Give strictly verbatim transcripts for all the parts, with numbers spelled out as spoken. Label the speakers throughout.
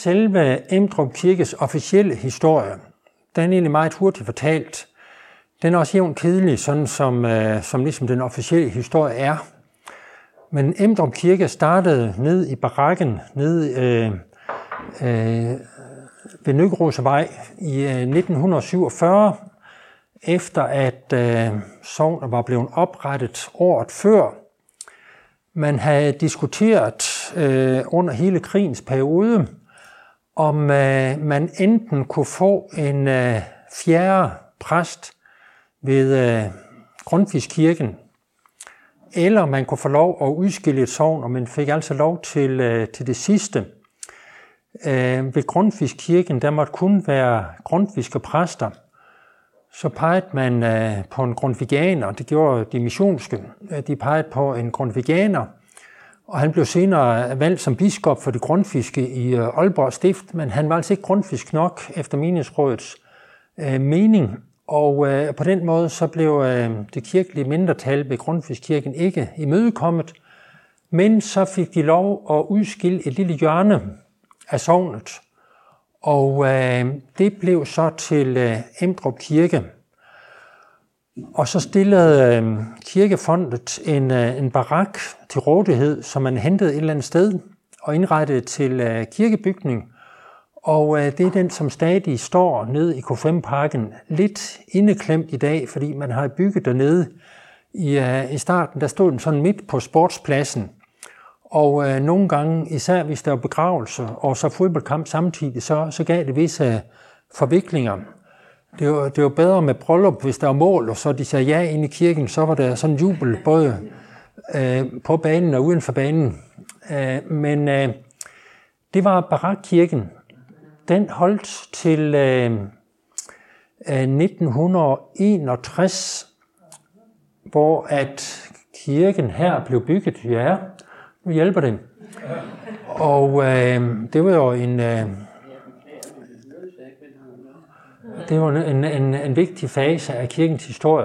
Speaker 1: selve Emdrup Kirkes officielle historie, den er egentlig meget hurtigt fortalt. Den er også jævnt kedelig, sådan som, øh, som ligesom den officielle historie er. Men Emdrup Kirke startede ned i barakken, ned øh, øh, ved Nykerosevej i øh, nitten syvogfyrre, efter at øh, sognet var blevet oprettet året før. Man havde diskuteret øh, under hele krigens periode, om øh, man enten kunne få en øh, fjerde præst ved øh, Grundtvigskirken, eller man kunne få lov at udskille et sogn, og man fik altså lov til, øh, til det sidste. Øh, ved Grundtvigskirken, der måtte kun være grundtvigske præster. Så pegede man øh, på en grundtvigianer, det gjorde de missionske, de pegede på en grundtvigianer, og han blev senere valgt som biskop for de grundtvigske i øh, Aalborg Stift, men han var altså ikke grundtvigsk nok efter menighedsrådets øh, mening, og øh, på den måde så blev øh, det kirkelige mindretal ved Grundtvigskirken ikke imødekommet, men så fik de lov at udskille et lille hjørne af sognet, og øh, det blev så til øh, Emdrup Kirke. Og så stillede øh, kirkefondet en, øh, en barak til rådighed, som man hentede et eller andet sted og indrettede til øh, kirkebygning. Og øh, det er den, som stadig står nede i K fem-parken, lidt indeklemt i dag, fordi man har bygget dernede. I, øh, i starten der stod den sådan midt på sportspladsen. Og øh, nogle gange, især hvis der var begravelser og så fodboldkamp samtidig, så, så gav det visse forviklinger. Det var, det var bedre med bryllup, hvis der var mål, og så de sagde ja ind i kirken, så var der sådan jubel både øh, på banen og uden for banen. Øh, men øh, det var barakkirken. Den holdt til øh, øh, nitten enogtres, hvor at kirken her blev bygget. Ja, nu hjælper det. Og øh, det var jo en, øh, det var en, en, en vigtig fase af kirkens historie.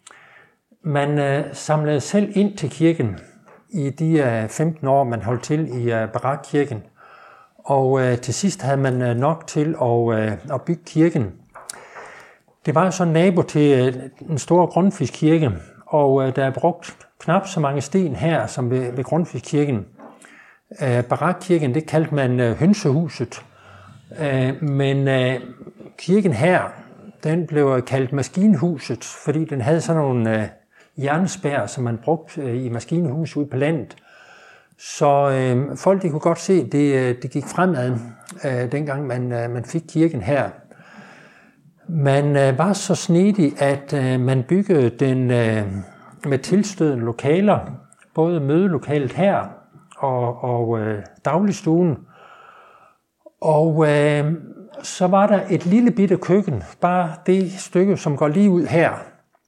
Speaker 1: Man øh, samlede selv ind til kirken i de øh, femten år, man holdt til i øh, barakkirken. Og øh, til sidst havde man øh, nok til at, øh, at bygge kirken. Det var jo så nabo til øh, en stor Grundtvigskirke, og øh, der er brugt knap så mange sten her, som ved, ved Grundtvigskirken. Øh, barakkirken, det kaldte man øh, hønsehuset. Øh, men øh, kirken her, den blev kaldt maskinhuset, fordi den havde sådan nogle øh, jernspær, som man brugte øh, i maskinhus ude på landet. Så øh, folk de kunne godt se, at det, det gik fremad, øh, dengang man, øh, man fik kirken her. Man øh, var så snedig, at øh, man byggede den øh, med tilstødende lokaler, både mødelokalet her og, og øh, dagligstuen. Og øh, så var der et lille bitte køkken, bare det stykke, som går lige ud her.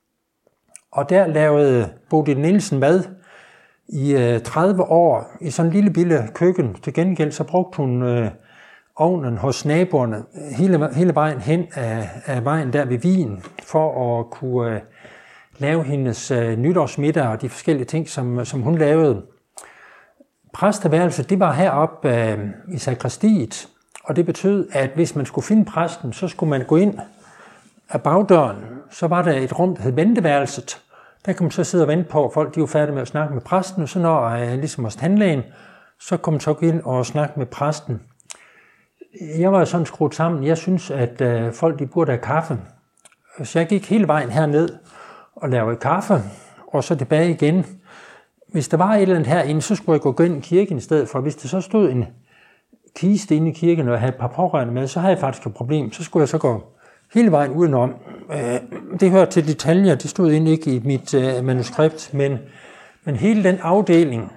Speaker 1: Og der lavede Bodil Nielsen mad i øh, tredive år i sådan en lille bitte køkken. Til gengæld så brugte hun øh, ovnen hos naboerne hele, hele vejen hen af, af vejen der ved Wien, for at kunne øh, lave hendes øh, nytårsmiddag og de forskellige ting, som, som hun lavede. Præsteværelset, det var heroppe øh, i sakristiet, og det betød, at hvis man skulle finde præsten, så skulle man gå ind af bagdøren. Så var der et rum, der hed venteværelset. Der kunne man så sidde og vente på, at folk de var færdige med at snakke med præsten, og så når øh, ligesom hos tandlægen, så kom man så ind og snakke med præsten. Jeg var sådan skruet sammen. Jeg synes, at øh, folk de burde have kaffe. Så jeg gik hele vejen herned og lavede kaffe, og så tilbage igen. Hvis der var et eller andet herinde, så skulle jeg gå ind i kirken i stedet for. Hvis der så stod en kiste inde i kirken, og jeg havde et par pårørende med, så havde jeg faktisk et problem. Så skulle jeg så gå hele vejen udenom. Det hører til detaljer, det stod egentlig ikke i mit manuskript, men, men hele den afdeling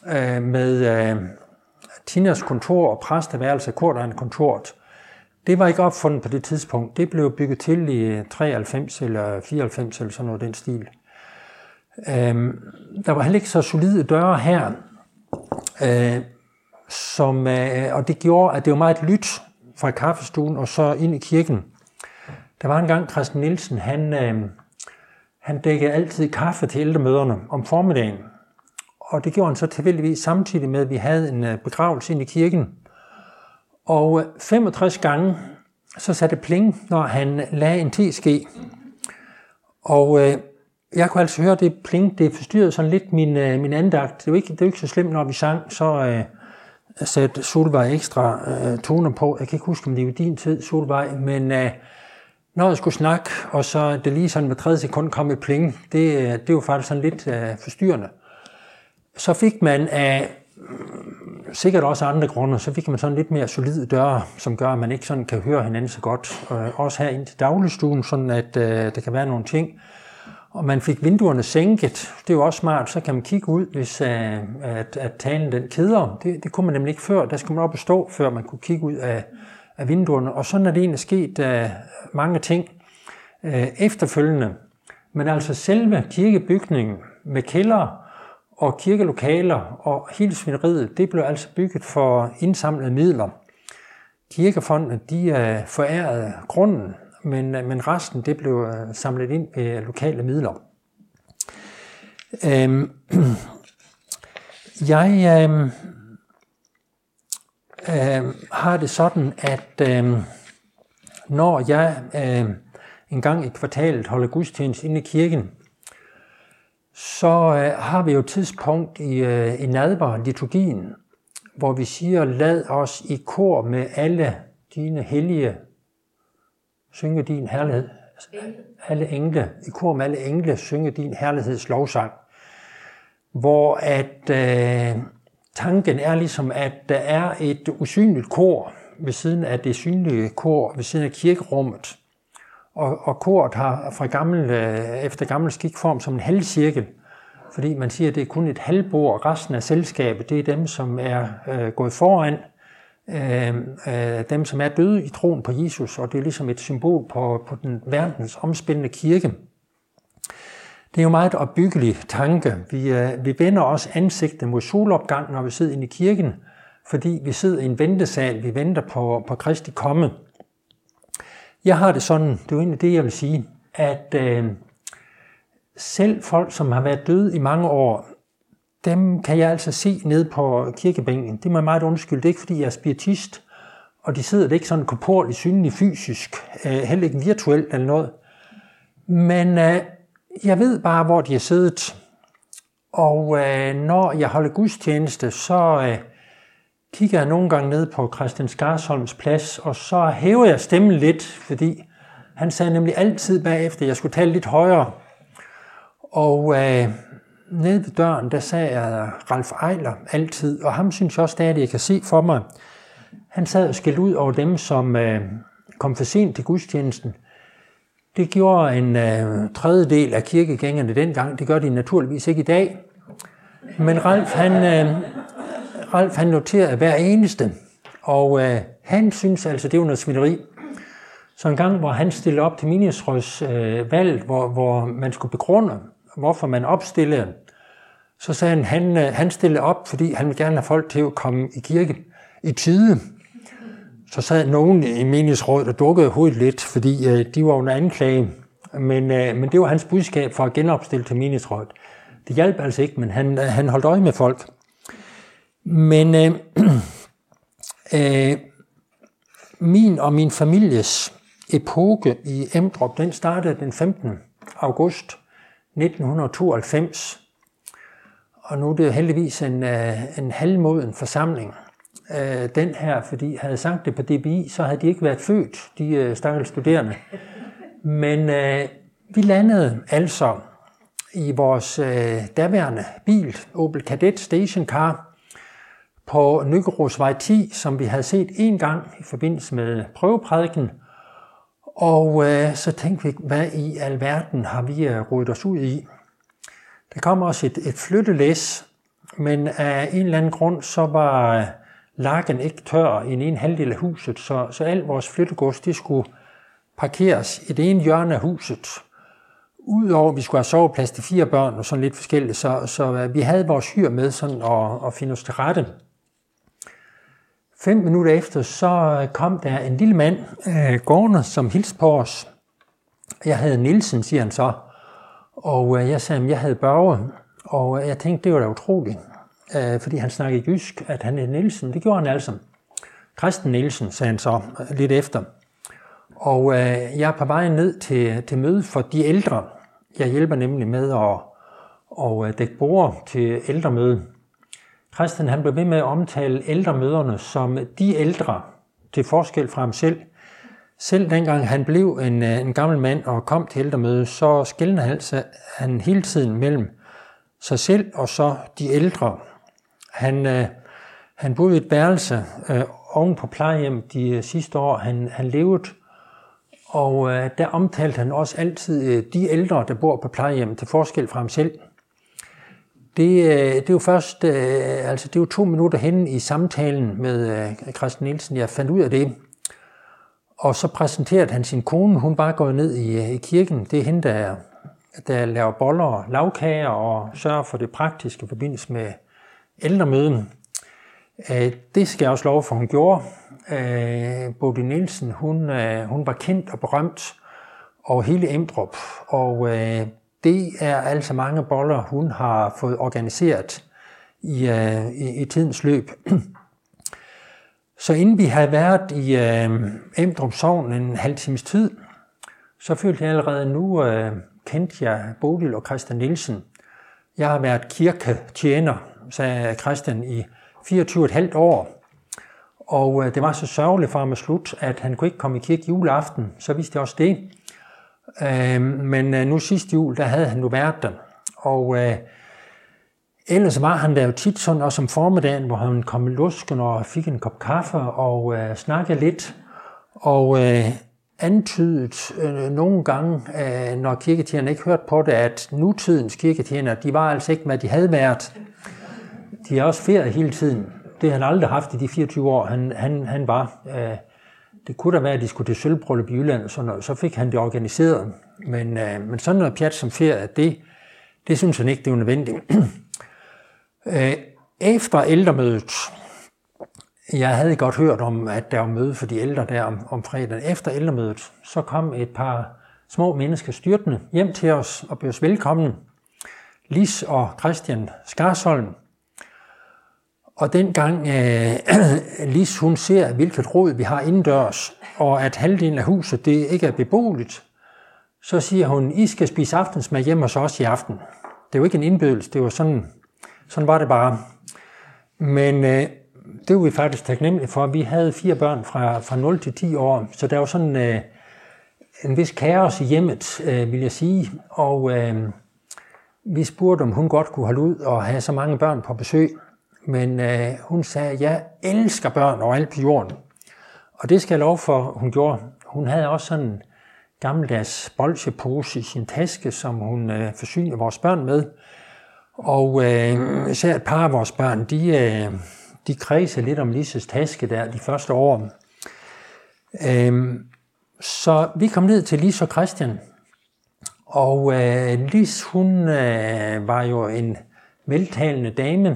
Speaker 1: med Tinas kontor og præsteværelse, kordegnkontoret, det var ikke opfundet på det tidspunkt. Det blev bygget til i treoghalvfems eller fireoghalvfems eller sådan noget den stil. Øhm, der var heller ikke så solide døre her, øh, som, øh, og det gjorde, at det var meget lyt fra kaffestuen og så ind i kirken. Der var engang Christian Nielsen, han, øh, han dækkede altid kaffe til ældremøderne om formiddagen. Og det gjorde han så tilfældigvis samtidig med, at vi havde en begravelse ind i kirken. Og femogtres gange, så satte det pling, når han lagde en teske. Og øh, jeg kunne altså høre det pling, det forstyrrede sådan lidt min, øh, min andagt. Det var ikke, det var ikke så slemt, når vi sang, så øh, satte Solvej ekstra øh, toner på. Jeg kan ikke huske, om det var din tid, Solvej, men øh, når jeg skulle snakke, og så det lige sådan med tredje sekund kom et pling, det, det var faktisk sådan lidt øh, forstyrrende. Så fik man af sikkert også andre grunde, så fik man sådan lidt mere solide døre, som gør, at man ikke sådan kan høre hinanden så godt. Øh, også her ind til dagligstuen, sådan at øh, der kan være nogle ting. Og man fik vinduerne sænket. Det er jo også smart, så kan man kigge ud, hvis øh, at, at talen den keder. Det, det kunne man nemlig ikke før. Der skulle man op og stå, før man kunne kigge ud af, af vinduerne. Og sådan er det egentlig sket øh, mange ting øh, efterfølgende. Men altså selve kirkebygningen med kælder og kirkelokaler og hele svineriet, det blev altså bygget for indsamlede midler. Kirkefondene, de er forærede grunden, men, men resten, det blev samlet ind ved lokale midler. Øhm, jeg øhm, øhm, har det sådan, at øhm, når jeg øhm, en gang i kvartalet holder gudstjeneste inde i kirken, så øh, har vi jo et tidspunkt i, øh, i nadver-liturgien, hvor vi siger, lad os i kor med alle dine hellige synge din herlighed. Alle engle, i kor med alle engle synge din herligheds lovsang. Hvor at øh, tanken er ligesom, at der er et usynligt kor ved siden af det synlige kor, ved siden af kirkerummet. Og, og koret har fra gammel, øh, efter gammel skikform som en halvcirkel, fordi man siger, at det er kun et halvbord. Resten af selskabet, det er dem, som er øh, gået foran, øh, øh, dem, som er døde i troen på Jesus, og det er ligesom et symbol på, på den verdens omspændende kirke. Det er jo meget opbyggelig tanke. Vi, øh, vi vender også ansigtet mod solopgang, når vi sidder inde i kirken, fordi vi sidder i en ventesal, vi venter på, på Kristi komme. Jeg har det sådan, det er jo egentlig det, jeg vil sige, at øh, selv folk, som har været døde i mange år, dem kan jeg altså se ned på kirkebænken. Det må jeg meget undskylde. Det er ikke, fordi jeg er spiritist, og de sidder ikke sådan korporligt, synligt, fysisk, øh, heller ikke virtuelt eller noget. Men øh, jeg ved bare, hvor de er siddet. Og øh, når jeg holder gudstjeneste, så øh, kigger jeg nogle gange ned på Christian Skarsholms plads, og så hæver jeg stemmen lidt, fordi han sagde nemlig altid bagefter, at jeg skulle tale lidt højere. Og øh, nede ved døren, der sagde jeg Ralf Eiler altid, og ham synes jeg også stadig, jeg kan se for mig. Han sad og skældte ud over dem, som øh, kom for sent til gudstjenesten. Det gjorde en øh, tredjedel af kirkegængerne dengang. Det gør de naturligvis ikke i dag. Men Ralf, han, øh, Ralf, han noterede hver eneste, og øh, han synes altså, det var noget svineri. Så en gang, hvor han stillede op til menighedsrådsvalget, øh, hvor, hvor man skulle begrunde, hvorfor man opstillede, så sagde han, han, han stillede op, fordi han ville gerne have folk til at komme i kirke i tide. Så sad nogen i menighedsrådet og dukkede hovedet lidt, fordi øh, de var under anklage. Men, øh, men det var hans budskab for at genopstille til menighedsrådet. Det hjalp altså ikke, men han, han holdt øje med folk. Men øh, øh, min og min families epoke i Emdrup, den startede den femtende august nitten tooghalvfems. Og nu er det heldigvis en, en halvmoden forsamling. Den her, fordi havde jeg sagt det på D B I, så havde de ikke været født, de stakkels studerende. Men øh, vi landede altså i vores øh, daværende bil, Opel Kadett Stationcar, på Nykkeråsvej ti, som vi havde set en gang i forbindelse med prøveprædiken. Og øh, så tænkte vi, hvad i alverden har vi øh, rodet os ud i? Der kom også et, et flyttelæs, men af en eller anden grund, så var øh, lakken ikke tør i en ene halvdel af huset, så, så alt vores flyttegods, det skulle parkeres i det ene hjørne af huset. Udover at vi skulle have soveplads til fire børn og sådan lidt forskelligt, så, så øh, vi havde vores hyr med sådan og, og finde os til rette. Fem minutter efter, så kom der en lille mand, øh, gående, som hilste på os. Jeg hed Nielsen, siger han så. Og øh, jeg sagde, at jeg havde Børge. Og jeg tænkte, det var da utroligt. Øh, fordi han snakkede jysk, at han hed Nielsen. Det gjorde han altså. Christen Nielsen, sagde han så lidt efter. Og øh, jeg er på vej ned til, til møde for de ældre. Jeg hjælper nemlig med at og, øh, dække bord til ældremøde. Christian han blev ved med at omtale ældremøderne som de ældre, til forskel fra ham selv. Selv dengang han blev en, en gammel mand og kom til ældremøde, så skelnede han, han hele tiden mellem sig selv og så de ældre. Han, øh, han boede i et værelse øh, oven på plejehjem de sidste år, han, han levede. Og øh, der omtalte han også altid øh, de ældre, der bor på plejehjem, til forskel fra ham selv. Det, øh, det er jo først, øh, altså det er jo to minutter henne i samtalen med øh, Christen Nielsen, jeg fandt ud af det. Og så præsenterede han sin kone, hun bare går ned i, i kirken. Det er hende, der, der laver boller og lavkager og sørger for det praktiske i forbindelse med ældremøden. Øh, det skal jeg også love for, hun gjorde. Øh, Bodil Nielsen, hun, øh, hun var kendt og berømt over hele Emdrup, og øh, det er altså mange boller, hun har fået organiseret i, øh, i, i tidens løb. Så inden vi havde været i øh, Emdrup Sogn en halv times tid, så følte jeg allerede nu, øh, kendte jeg Bodil og Christian Nielsen. Jeg har været kirketjener, sagde Christian, i fireogtyve komma fem år. Og øh, det var så sørgeligt for ham at slut, at han kunne ikke komme i kirke juleaften. Så vidste jeg også det. Øh, men øh, nu sidste jul, der havde han nu været der. Og øh, ellers var han der jo tit sådan, også om formiddagen, hvor han kom i lusken og fik en kop kaffe og øh, snakkede lidt. Og øh, antydet øh, nogle gange, øh, når kirketjenerne ikke hørte på det, at nutidens kirketjenere, de var altså ikke, hvad de havde været. De er også ferie hele tiden. Det har han aldrig haft i de fireogtyve år, han, han, han var. Øh, det kunne da være, at de skulle til sølvbryllup i Jylland, og sådan noget. Så fik han det organiseret. Men, øh, men sådan noget pjat som ferie, det, det synes han ikke, det er nødvendigt. øh, efter ældremødet, jeg havde godt hørt om, at der var møde for de ældre der om, om fredagen. Efter ældremødet, så kom et par små mennesker styrtende hjem til os og blev os velkommen. Lis og Christian Skarsholm. Og dengang øh, Lis, hun ser, hvilket råd vi har indendørs, og at halvdelen af huset det ikke er beboeligt, så siger hun, I skal spise aftensmad hjemme hos os i aften. Det er jo ikke en indbydelse, det var sådan, sådan var det bare. Men øh, det var vi faktisk taknemmelige for. Vi havde fire børn fra, fra nul til ti år, så der var sådan øh, en vis kaos i hjemmet, øh, vil jeg sige. Og øh, vi spurgte, om hun godt kunne holde ud og have så mange børn på besøg. Men øh, hun sagde, jeg elsker børn overalt på jorden. Og det skal jeg love for, hun gjorde. Hun havde også sådan en gammeldags bolsjepose i sin taske, som hun øh, forsynede vores børn med. Og øh, især et par af vores børn, de, øh, de kredsede lidt om Lises taske der de første år. Øh, så vi kom ned til Lis og Christian. Og øh, Lis, hun øh, var jo en veltalende dame.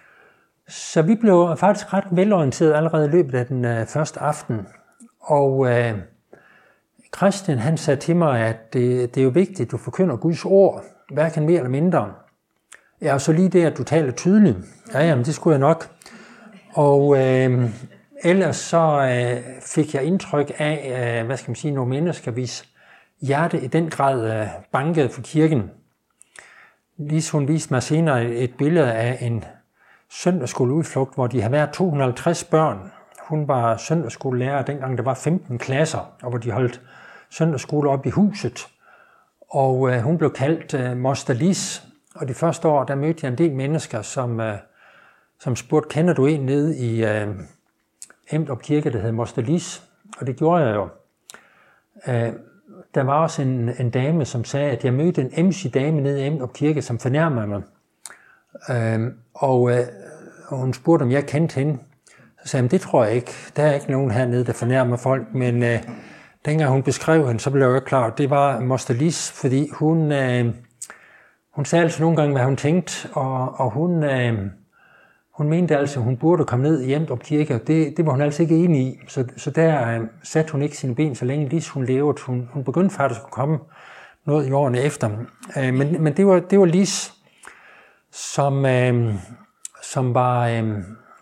Speaker 1: Så vi blev faktisk ret velorienteret allerede i løbet af den øh, første aften. Og øh, Christian han sagde til mig, at det, det er jo vigtigt, at du forkynder Guds ord, hverken mere eller mindre. Ja, og så lige det, at du taler tydeligt. Ja, jamen det skulle jeg nok. Og øh, ellers så øh, fik jeg indtryk af, øh, hvad skal man sige, nogle mennesker, hvis hjerte i den grad øh, bankede for kirken. Lige hun viste mig senere et billede af en søndagsskoleudflugt, hvor de havde været to hundrede og halvtreds børn. Hun var søndagsskolelærer, dengang der var femten klasser, og hvor de holdt søndagsskole op i huset. Og øh, hun blev kaldt øh, Moster Lis. Og de første år, der mødte jeg en del mennesker, som, øh, som spurgte, kender du en nede i øh, Emdrup Kirke, der hed Moster Lis? Og det gjorde jeg jo. Øh, der var også en, en dame, som sagde, at jeg mødte en emsig dame nede i Emdrup Kirke, som fornærmede mig. Øh, og, øh, og hun spurgte, om jeg kendte hende. Så sagde jeg, det tror jeg ikke. Der er ikke nogen hernede, der fornærmer folk. Men øh, dengang hun beskrev hende, så blev jeg jo klar, at det var Moster Lis, fordi hun... Øh, Hun sagde altså nogle gange, hvad hun tænkte, og, og hun, øh, hun mente altså, at hun burde komme ned i Emdrup Kirke, og det, det var hun altså ikke enig i. Så, så der øh, satte hun ikke sine ben, så længe Lis hun levede. Hun, hun begyndte faktisk at skulle komme noget i årene efter. Øh, men men det, var, det var Lis, som, øh, som var øh,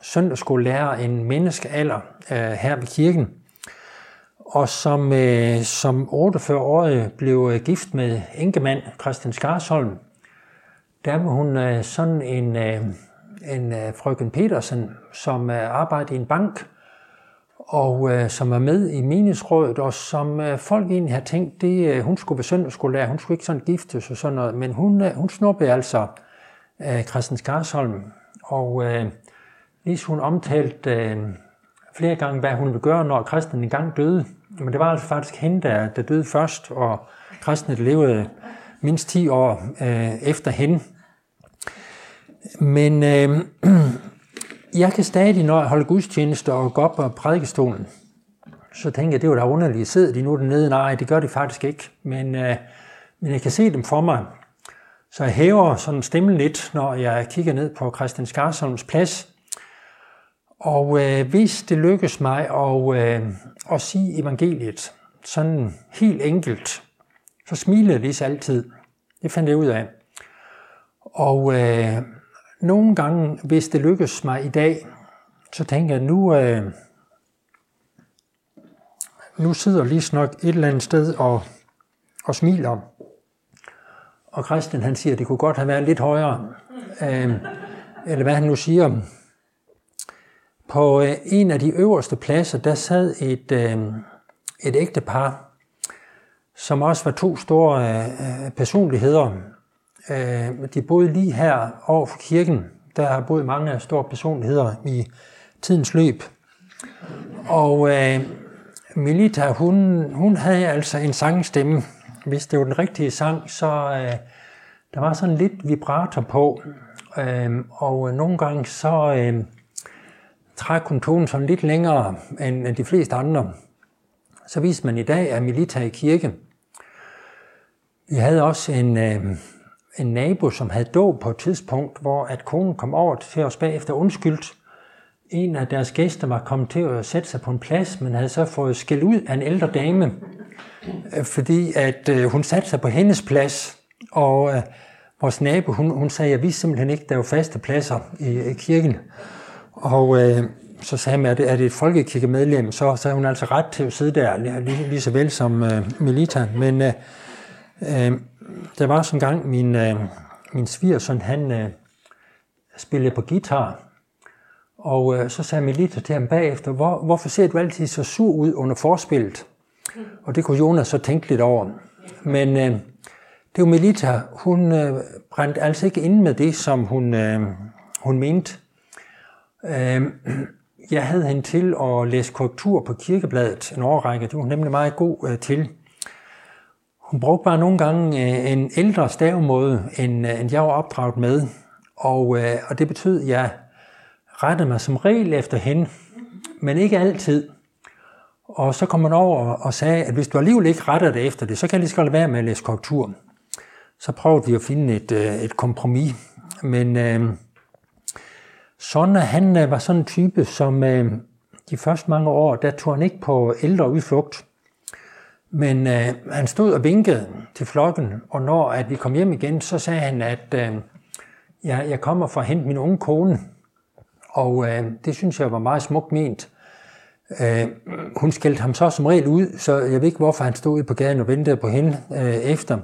Speaker 1: søndagsskolelærer en menneskealder øh, her ved kirken, og som, øh, som otteogfyrre-årig blev øh, gift med enkemand Christian Skarsholm. Der var hun øh, sådan en, øh, en øh, frøken Petersen, som øh, arbejdede i en bank, og øh, som var med i menighedsrådet, og som øh, folk egentlig havde tænkt, det, øh, hun skulle være søndagsskolelærer, hun skulle ikke sådan giftes og sådan noget, men hun, øh, hun snuppede altså øh, Christian Skarsholm, og øh, hvis hun omtalte øh, flere gange, hvad hun ville gøre, når Christian engang døde, men det var altså faktisk hende, der, der døde først, og Christian levede mindst ti år øh, efter hende. Men øh, jeg kan stadig, når jeg holder gudstjenester og går op på prædikestolen, så tænker jeg, det var da underligt. Sidder de nu dernede? Nej, det gør de faktisk ikke. Men, øh, men jeg kan se dem for mig. Så jeg hæver sådan stemmen lidt, når jeg kigger ned på Christian Skarsholms plads. Og øh, hvis det lykkes mig at, øh, at sige evangeliet sådan helt enkelt, så smiler jeg lige så altid. Det fandt jeg ud af. Og øh, nogle gange, hvis det lykkes mig i dag, så tænker jeg, nu, øh, nu sidder Lis nok et eller andet sted og, og smiler. Og Christian, han siger, at det kunne godt have været lidt højere. Øh, eller hvad han nu siger. På øh, en af de øverste pladser, der sad et, øh, et ægtepar, som også var to store øh, personligheder. Øh, de boede lige her over for kirken. Der har boet mange store personligheder i tidens løb. Og øh, Melita, hun, hun havde altså en sangstemme. Hvis det var den rigtige sang, så øh, der var sådan lidt vibrator på. Øh, og nogle gange så øh, træk hun tonen sådan lidt længere end, end de fleste andre. Så viste man i dag, at Melita i kirke. Vi havde også en, øh, en nabo, som havde dåb på et tidspunkt, hvor at konen kom over til os bagefter undskyldt. En af deres gæster var kommet til at sætte sig på en plads, men havde så fået skæld ud af en ældre dame, øh, fordi at øh, hun satte sig på hendes plads. Og øh, vores nabo, hun, hun sagde, at vi simpelthen ikke, der var faste pladser i, i kirken. Og øh, så sagde man, at er det et folkekirkemedlem, så, så havde hun altså ret til at sidde der, lige, lige så vel som øh, Melita. Men øh, øh, der var sådan en gang, min, øh, min svigersøn, han øh, spillede på guitar, og øh, så sagde Melita til ham bagefter, Hvor, hvorfor ser du altid så sur ud under forspillet? Og det kunne Jonas så tænke lidt over. Men øh, det var Melita, hun øh, brændte altså ikke inde med det, som hun, øh, hun mente. Øh, jeg havde hende til at læse korrektur på Kirkebladet en årrække. Det var hun nemlig meget god øh, til. Hun brugte bare nogle gange øh, en ældre stavemåde, end, øh, end jeg var opdraget med. Og, øh, og det betød, at jeg rettede mig som regel efter hende, men ikke altid. Og så kom man over og sagde, at hvis du alligevel ikke retter det efter det, så kan jeg lige så godt være med at læse korrektur. Så prøvede vi at finde et, øh, et kompromis. Men øh, Sonne, han øh, var sådan en type, som øh, de første mange år, der tog han ikke på ældre udflugt. Men øh, han stod og vinkede til flokken, og når at vi kom hjem igen, så sagde han, at øh, jeg, jeg kommer for at hente min unge kone. Og øh, det synes jeg var meget smukt ment. Øh, hun skældte ham så som regel ud, så jeg ved ikke, hvorfor han stod ude på gaden og ventede på hende øh, efter.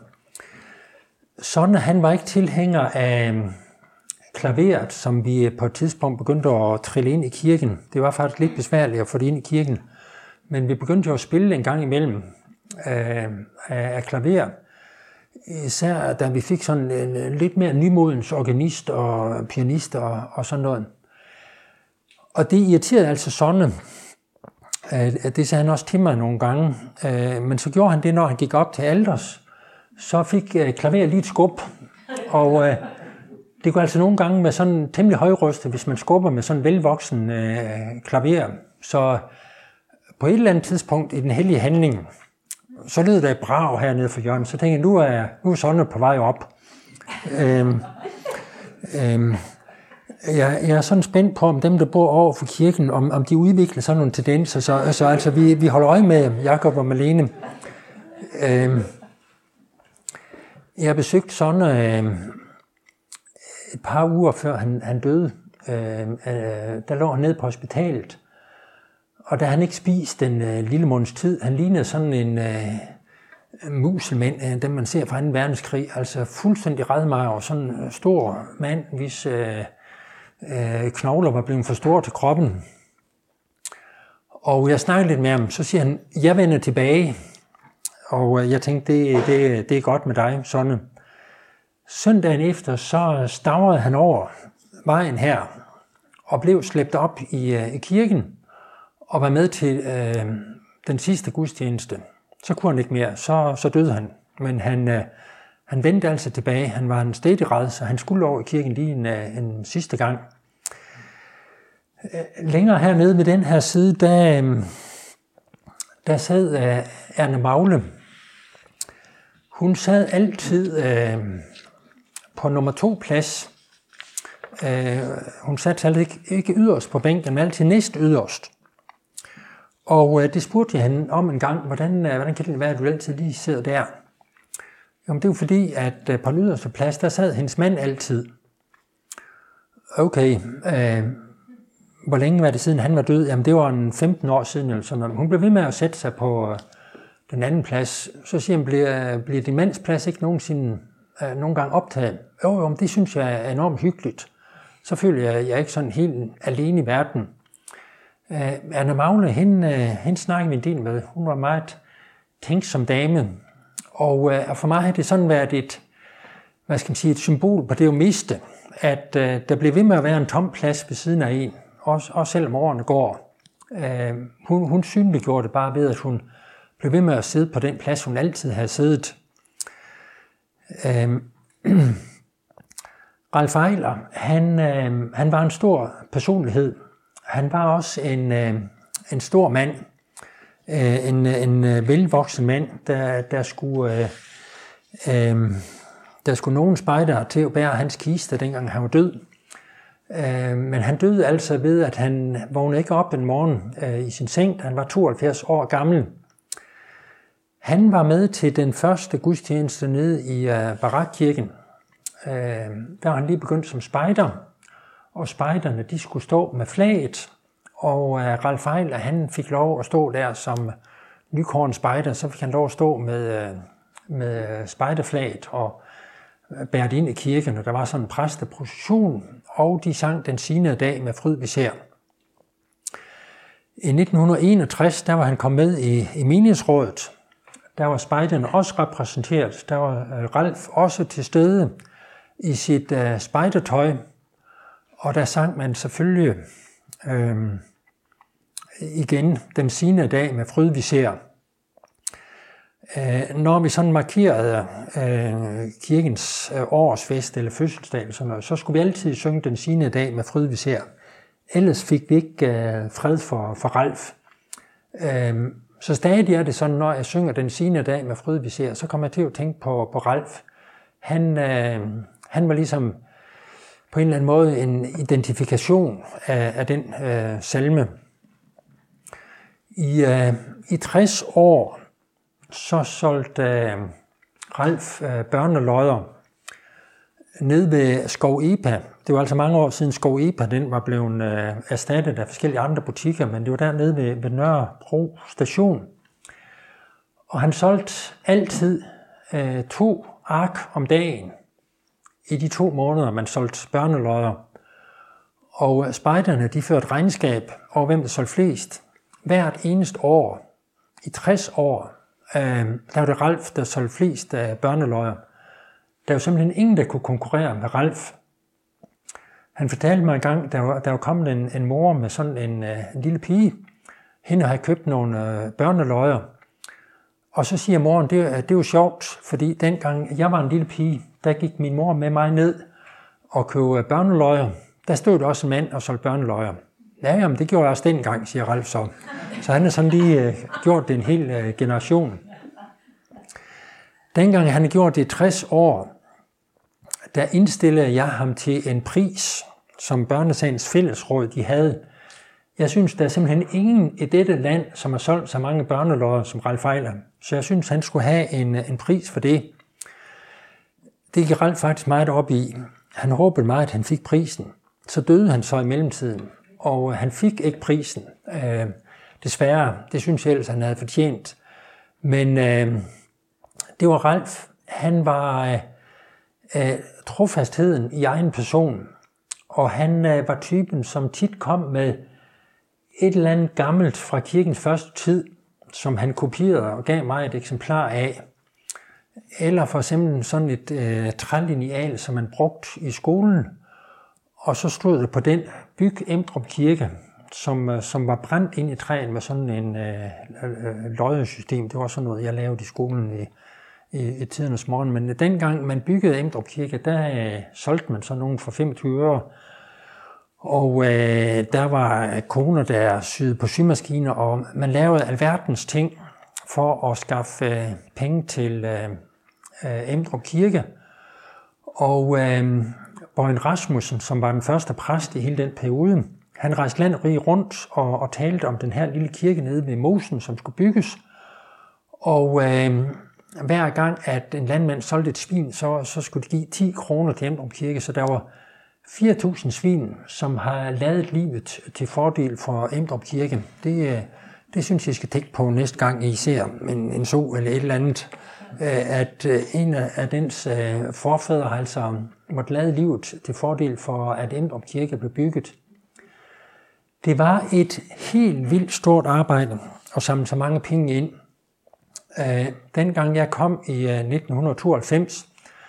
Speaker 1: Sonne, han var ikke tilhænger af klaveret, som vi på et tidspunkt begyndte at trille ind i kirken. Det var faktisk lidt besværligt at få det ind i kirken. Men vi begyndte jo at spille en gang imellem øh, af klaver. Især da vi fik sådan en lidt mere nymodens organist og pianist og, og sådan noget. Og det irriterede altså Sonne. Det sagde han også til mig nogle gange. Men så gjorde han det, når han gik op til alters. Så fik klaver lige et skub. Og det kunne altså nogle gange være sådan temmelig højrøstet, hvis man skubber med sådan en velvoksen klaver. Så på et eller andet tidspunkt i den hellige handling, så lød der et brag hernede for hjørnet. Så tænkte jeg, nu er, nu er Sonne på vej op. øhm, øhm, jeg, jeg er sådan spændt på, om dem, der bor over for kirken, om, om de udvikler sådan nogle tendenser. Så, så altså, vi, vi holder øje med Jakob og Malene. Øhm, jeg har besøgt Sonne øh, et par uger før han, han døde. øh, øh, der lå han nede på hospitalet, og da han ikke spiste en øh, lille måneds tid, han lignede sådan en øh, muselmænd, øh, dem man ser fra anden verdenskrig, altså fuldstændig redmager, sådan en stor mand, hvis øh, øh, knogler var blevet for store til kroppen. Og jeg snakkede lidt med ham, så siger han, jeg vender tilbage, og øh, jeg tænkte, det, det, det er godt med dig, Sonne. Søndagen efter, så stavrede han over vejen her, og blev slæbt op i, øh, i kirken, og var med til øh, den sidste gudstjeneste. Så kunne han ikke mere, så, så døde han. Men han, øh, han vendte altså tilbage. Han var en stedig ræd, så han skulle over i kirken lige en, øh, en sidste gang. Øh, længere hernede ved den her side, der, øh, der sad øh, Erna Magle. Hun sad altid øh, på nummer to plads. Øh, hun satte altid ikke, ikke yderst på bænken, men altid næst yderst. Og øh, det spurgte jeg hende om en gang, hvordan, øh, hvordan kan det være, at du altid lige sidder der? Jamen det er jo fordi, at øh, på den yderste plads, der sad hendes mand altid. Okay, øh, hvor længe var det siden han var død? Jamen det var en femten år siden eller sådan noget. Hun blev ved med at sætte sig på øh, den anden plads. Så siger hun, bliver, bliver din mands plads ikke nogensinde øh, nogle gange optaget? Jo, jo, det synes jeg er enormt hyggeligt. Så føler jeg, at jeg er ikke sådan helt alene i verden. Uh, Erna Magle, hende, uh, hende snakkede vi en del med. Hun var meget tænksom dame. Og uh, for mig har det sådan været et, hvad skal man sige, et symbol på det jo miste. At uh, der blev ved med at være en tom plads ved siden af en. Også, også selvom årene går. Uh, hun, hun synliggjorde det bare ved, at hun blev ved med at sidde på den plads, hun altid havde siddet. Uh, Ralph Eiler, han, uh, han var en stor personlighed. Han var også en, øh, en stor mand, øh, en, en øh, velvoksen mand, der, der, skulle, øh, øh, der skulle nogen spejdere til at bære hans kiste, dengang han var død. Øh, men han døde altså ved, at han vågnede ikke op en morgen øh, i sin seng. Han var tooghalvfjerds år gammel. Han var med til den første gudstjeneste nede i øh, Barakkirken. Øh, der var han lige begyndt som spejder. Og spejderne, de skulle stå med flaget, og uh, Ralph Eiler, han fik lov at stå der som nykåren spejder, så fik han lov at stå med, uh, med spejderflaget og bære det ind i kirken, og der var sådan en præsteprocession, og de sang den sigende dag med fryd vi ser. I nitten enogtres, der var han kommet med i, i menighedsrådet. Der var spejderne også repræsenteret. Der var uh, Ralph også til stede i sit uh, spejdertøj. Og der sang man selvfølgelig øh, igen den sigende dag med fryd vi ser. Øh, når vi sådan markerede øh, kirkens øh, årsfest eller fødselsdag, eller sådan noget, så skulle vi altid synge den sigende dag med fryd vi ser. Ellers fik vi ikke øh, fred for, for Ralph. Øh, så stadig er det sådan, når jeg synger den sigende dag med fryd vi ser, så kommer jeg til at tænke på, på Ralph. Han, øh, han var ligesom på en eller anden måde en identifikation af, af den øh, salme. I, øh, I tres år, så solgte øh, Ralph øh, børnelodder ned ved Skov Epa. Det var altså mange år siden Skov Epa, den var blevet øh, erstattet af forskellige andre butikker, men det var dernede ved, ved Nørrebro station. Og han solgte altid øh, to ark om dagen. I de to måneder, man solgte børnelodder. Og spejderne, de førte regnskab over, hvem der solgte flest. Hvert eneste år, i tres år, øh, der var det Ralph, der solgte flest af børnelodder. Der var simpelthen ingen, der kunne konkurrere med Ralph. Han fortalte mig en gang, der var, der var kommet en, en mor med sådan en, en lille pige. Hende havde købt nogle øh, børnelodder. Og så siger moren, det, det er jo sjovt, fordi dengang jeg var en lille pige, der gik min mor med mig ned og købte børnelodder. Der stod der også en mand og solgte børnelodder. Ja, jamen det gjorde jeg også dengang, siger Ralph så. Så han har sådan lige uh, gjort det en hel uh, generation. Dengang han gjorde det i tres år, der indstillede jeg ham til en pris, som Børnesagens Fællesråd de havde. Jeg synes, der er simpelthen ingen i dette land, som har solgt så mange børnelodder som Ralph Eiler. Så jeg synes, han skulle have en, en pris for det. Det gik Ralph faktisk meget op i. Han håbede meget, at han fik prisen. så døde han så i mellemtiden, og han fik ikke prisen. Øh, desværre, det synes jeg ellers, han havde fortjent. Men øh, det var Ralf. Han var øh, øh, trofastheden i egen person, og han øh, var typen, som tit kom med et eller andet gammelt fra kirkens første tid, som han kopierede og gav mig et eksemplar af. Eller for eksempel sådan et øh, trælineal, som man brugte i skolen, og så stod det på den byg Emdrup Kirke, som, som var brændt ind i træen med sådan en øh, øh, løjdesystem. Det var sådan noget, jeg lavede i skolen i, i, i tidernes morgen. Men dengang man byggede Emdrup Kirke, der øh, solgte man så nogen for femogtyve øre. Og øh, der var koner, der syede på symaskiner, og man lavede alverdens ting for at skaffe øh, penge til øh, øh, Emdrup Kirke. Og øh, Bøjen Rasmussen, som var den første præst i hele den periode, han rejste land og rige rundt og, og talte om den her lille kirke nede ved Mosen, som skulle bygges. Og øh, hver gang, at en landmand solgte et svin, så, så skulle de give ti kroner til Emdrup Kirke, så der var fire tusind svin, som har ladet livet til fordel for Emdrup Kirke. Det, det synes jeg, skal tænke på næste gang, I ser en, en so eller et eller andet, at en af dens forfædre har altså måtte lade livet til fordel for, at Emdrup Kirke blev bygget. Det var et helt vildt stort arbejde at samle så mange penge ind. Dengang jeg kom i nitten tooghalvfems,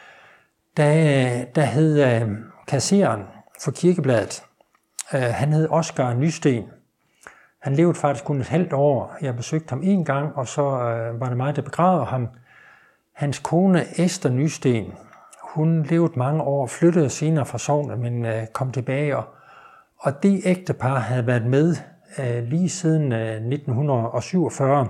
Speaker 1: der, der hed kasseren for Kirkebladet, han hed Oscar Nysten. Han levede faktisk kun et halvt år. Jeg besøgte ham en gang, og så var det mig, der begravede ham. Hans kone Esther Nysten, hun levede mange år, flyttede senere fra sognet, men kom tilbage. Og, og det ægtepar havde været med lige siden nitten syvogfyrre.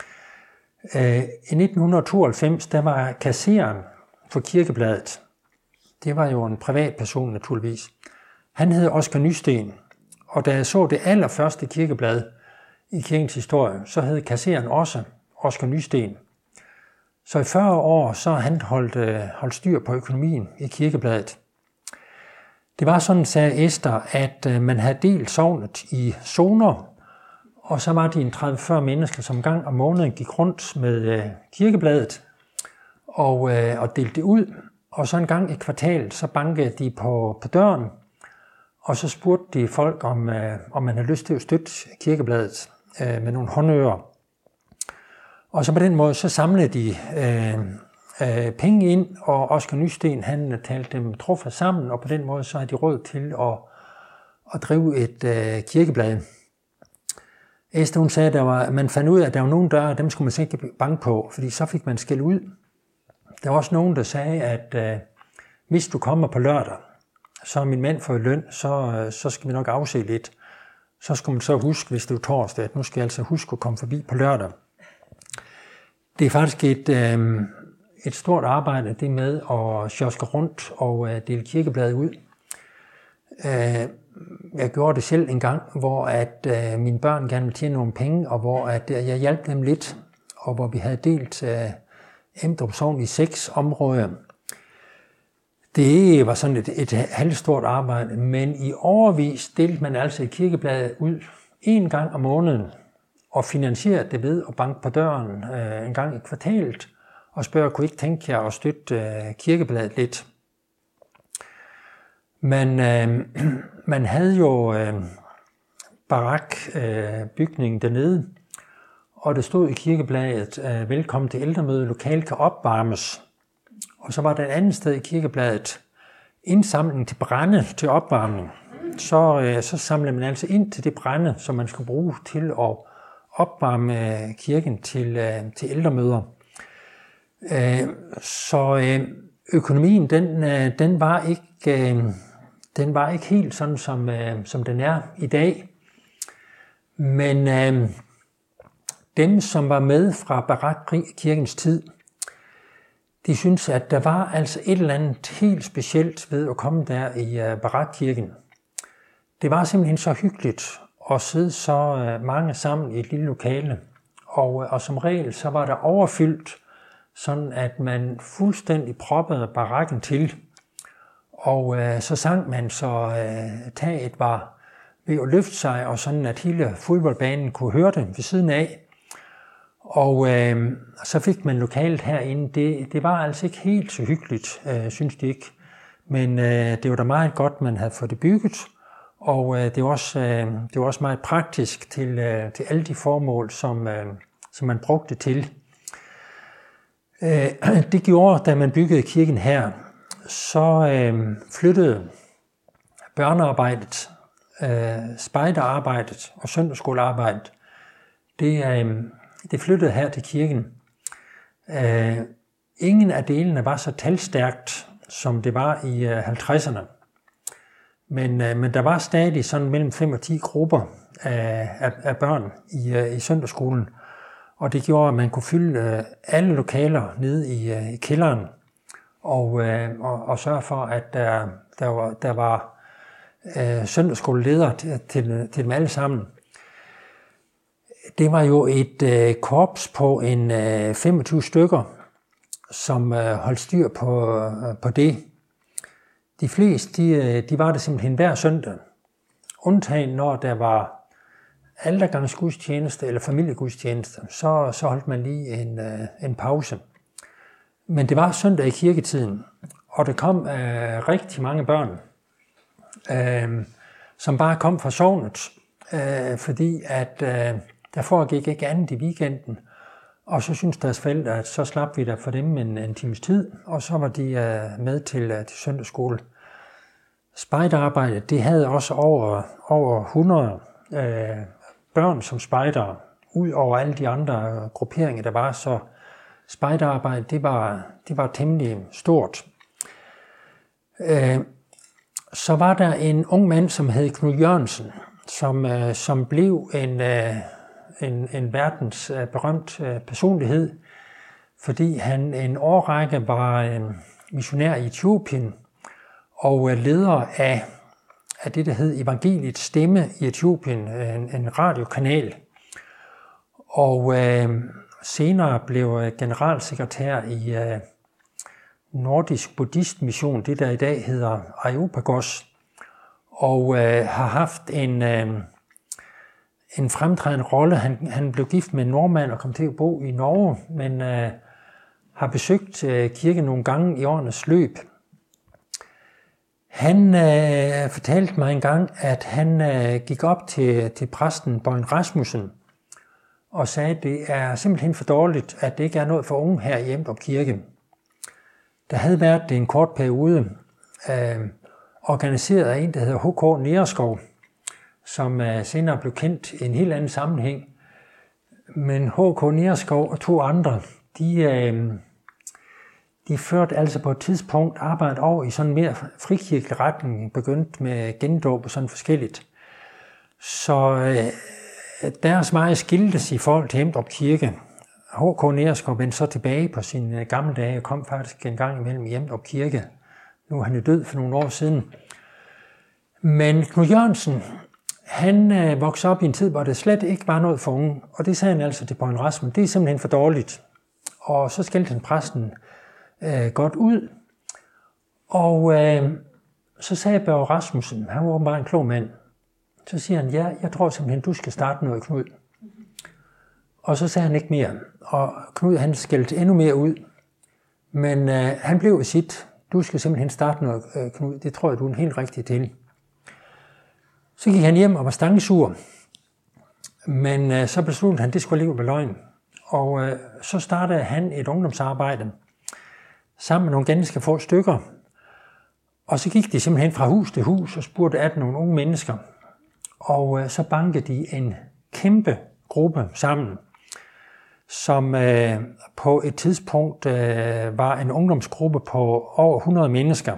Speaker 1: I nitten tooghalvfems, der var kasseren for Kirkebladet. Det var jo en privatperson naturligvis. Han hed Oscar Nysten, og da jeg så det allerførste kirkeblad i kirkens historie, så hed kasseren også Oscar Nysten. Så i fyrre år, så har han holdt, holdt styr på økonomien i Kirkebladet. Det var sådan, sagde Esther, at man havde delt sognet i zoner, og så var de en tredive til fyrre mennesker, som gang om måneden gik rundt med Kirkebladet og, og delte det ud. Og så en gang i kvartalet, så bankede de på, på døren, og så spurgte de folk, om, om man havde lyst til at støtte Kirkebladet med nogle håndører. Og så på den måde, så samlede de øh, øh, penge ind, og Oscar Nysten, han talte dem trofast sammen, og på den måde, så havde de råd til at, at drive et øh, kirkeblad. Esther, hun sagde, at der var, man fandt ud af, at der var nogle døre, dem skulle man ikke banke på, fordi så fik man skæld ud. Der var også nogen, der sagde, at øh, hvis du kommer på lørdag, så er min mand fået løn, så, øh, så skal vi nok afse lidt. Så skal man så huske, hvis det er torsdag, at nu skal jeg altså huske at komme forbi på lørdag. Det er faktisk et, øh, et stort arbejde, det med at sjoske rundt og øh, dele kirkebladet ud. Øh, jeg gjorde det selv en gang, hvor at, øh, mine børn gerne ville tjene nogle penge, og hvor at, øh, jeg hjalp dem lidt, og hvor vi havde delt øh, Emdrup Sogn i seks områder. Det var sådan et, et halvstort arbejde, men i årevis delte man altså kirkebladet ud en gang om måneden, og finansierede det ved at banke på døren øh, en gang i kvartalet, og spørge, kunne I ikke tænke jer at støtte øh, kirkebladet lidt? Men øh, man havde jo øh, barakbygningen øh, dernede, og der stod i kirkebladet, øh, velkommen til ældremøde, lokal kan opvarmes. Og så var der et andet sted i kirkebladet, indsamling til brænde til opvarmning. Så, øh, så samlede man altså ind til det brænde, som man skulle bruge til at opvarme kirken til, øh, til ældremøder. Øh, så øh, økonomien, den, øh, den, var ikke, øh, den var ikke helt sådan, som, øh, som den er i dag. Men øh, dem, som var med fra barakkirkens tid, de synes, at der var altså et eller andet helt specielt ved at komme der i uh, barakkirken. Det var simpelthen så hyggeligt at sidde så uh, mange sammen i et lille lokale. Og, uh, og som regel, så var der overfyldt, sådan at man fuldstændig proppede barakken til. Og øh, så sang man, så øh, taget var ved at løfte sig, og sådan at hele fodboldbanen kunne høre det ved siden af. Og øh, så fik man lokalet herinde. Det, det var altså ikke helt så hyggeligt, øh, synes de ikke. Men øh, det var da meget godt, man havde fået det bygget. Og øh, det, var også, øh, det var også meget praktisk til, øh, til alle de formål, som, øh, som man brugte det til. Øh, det gjorde, da man byggede kirken her, så øh, flyttede børnearbejdet, øh, spejderarbejdet og søndagsskolearbejdet. Det, øh, det flyttede her til kirken. Øh, ingen af delene var så talstærkt, som det var i øh, halvtredserne. Men, øh, men der var stadig sådan mellem fem og ti grupper af, af, af børn i, øh, i søndagsskolen. Og det gjorde, at man kunne fylde øh, alle lokaler nede i, øh, i kælderen. Og, øh, og, og sørge for, at der, der var, der var øh, søndagsskoleleder til, til, til dem alle sammen. Det var jo et øh, korps på en øh, femogtyve stykker, som øh, holdt styr på, øh, på det. De fleste, de, de var det simpelthen hver søndag. Undtagen når der var altergangsgudstjeneste eller familiegudstjeneste, så, så holdt man lige en, øh, en pause. Men det var søndag i kirketiden, og der kom øh, rigtig mange børn, øh, som bare kom fra sognet, øh, fordi at øh, der foregik ikke andet i weekenden. Og så syntes deres forældre, at så slap vi der for dem en, en times tid, og så var de øh, med til, øh, til søndagsskole. Spejderarbejdet, det havde også over, over hundrede øh, børn som spejdere, ud over alle de andre grupperinger, der var, så spejderarbejde, det var, det var temmelig stort. Øh, så var der en ung mand, som hed Knud Jørgensen, som, øh, som blev en, øh, en, en verdens øh, berømt øh, personlighed, fordi han en årrække var øh, missionær i Etiopien og øh, leder af, af det, der hed Evangeliets Stemme i Etiopien, en, en radiokanal. Og øh, senere blev generalsekretær i øh, Nordisk Buddhist Mission, det der i dag hedder Areopagos, og øh, har haft en, øh, en fremtrædende rolle. Han, han blev gift med en nordmand og kom til at bo i Norge, men øh, har besøgt øh, kirken nogle gange i årenes løb. Han øh, fortalte mig engang, at han øh, gik op til, til præsten Bøjen Rasmussen og sagde, at det er simpelthen for dårligt, at det ikke er noget for unge her i Emdrup Kirke. Der havde været det en kort periode, øh, organiseret af en, der hedder H K Nereskov, som øh, senere blev kendt i en helt anden sammenhæng. Men H K Nereskov og to andre, de, øh, de førte altså på et tidspunkt arbejde over i sådan mere frikirkelig retning, begyndt med gendåb og sådan forskelligt. Så øh, deres veje skiltes i forhold til Emdrup Kirke. H K Nereskov vendte så tilbage på sine gamle dage og kom faktisk en gang imellem i Emdrup Kirke. Nu er han jo død for nogle år siden. Men Knud Jørgensen, han øh, voksede op i en tid, hvor det slet ikke var noget for unge. Og det sagde han altså til Bøjen Rasmussen, det er simpelthen for dårligt. Og så skældte han præsten øh, godt ud. Og øh, så sagde Bøjen Rasmussen, han var åbenbart en klog mand, så siger han, ja, jeg tror simpelthen, du skal starte noget, Knud. Og så sagde han ikke mere. Og Knud, han skældte endnu mere ud. Men øh, han blev sit. Du skal simpelthen starte noget, øh, Knud. Det tror jeg, du er en helt rigtig til. Så gik han hjem og var stangesur. Men øh, så besluttede han, at det skulle leve med løgn. Og øh, så startede han et ungdomsarbejde sammen med nogle ganske få stykker. Og så gik de simpelthen fra hus til hus og spurgte atten nogle unge mennesker. Og øh, så bankede de en kæmpe gruppe sammen, som øh, på et tidspunkt øh, var en ungdomsgruppe på over hundrede mennesker.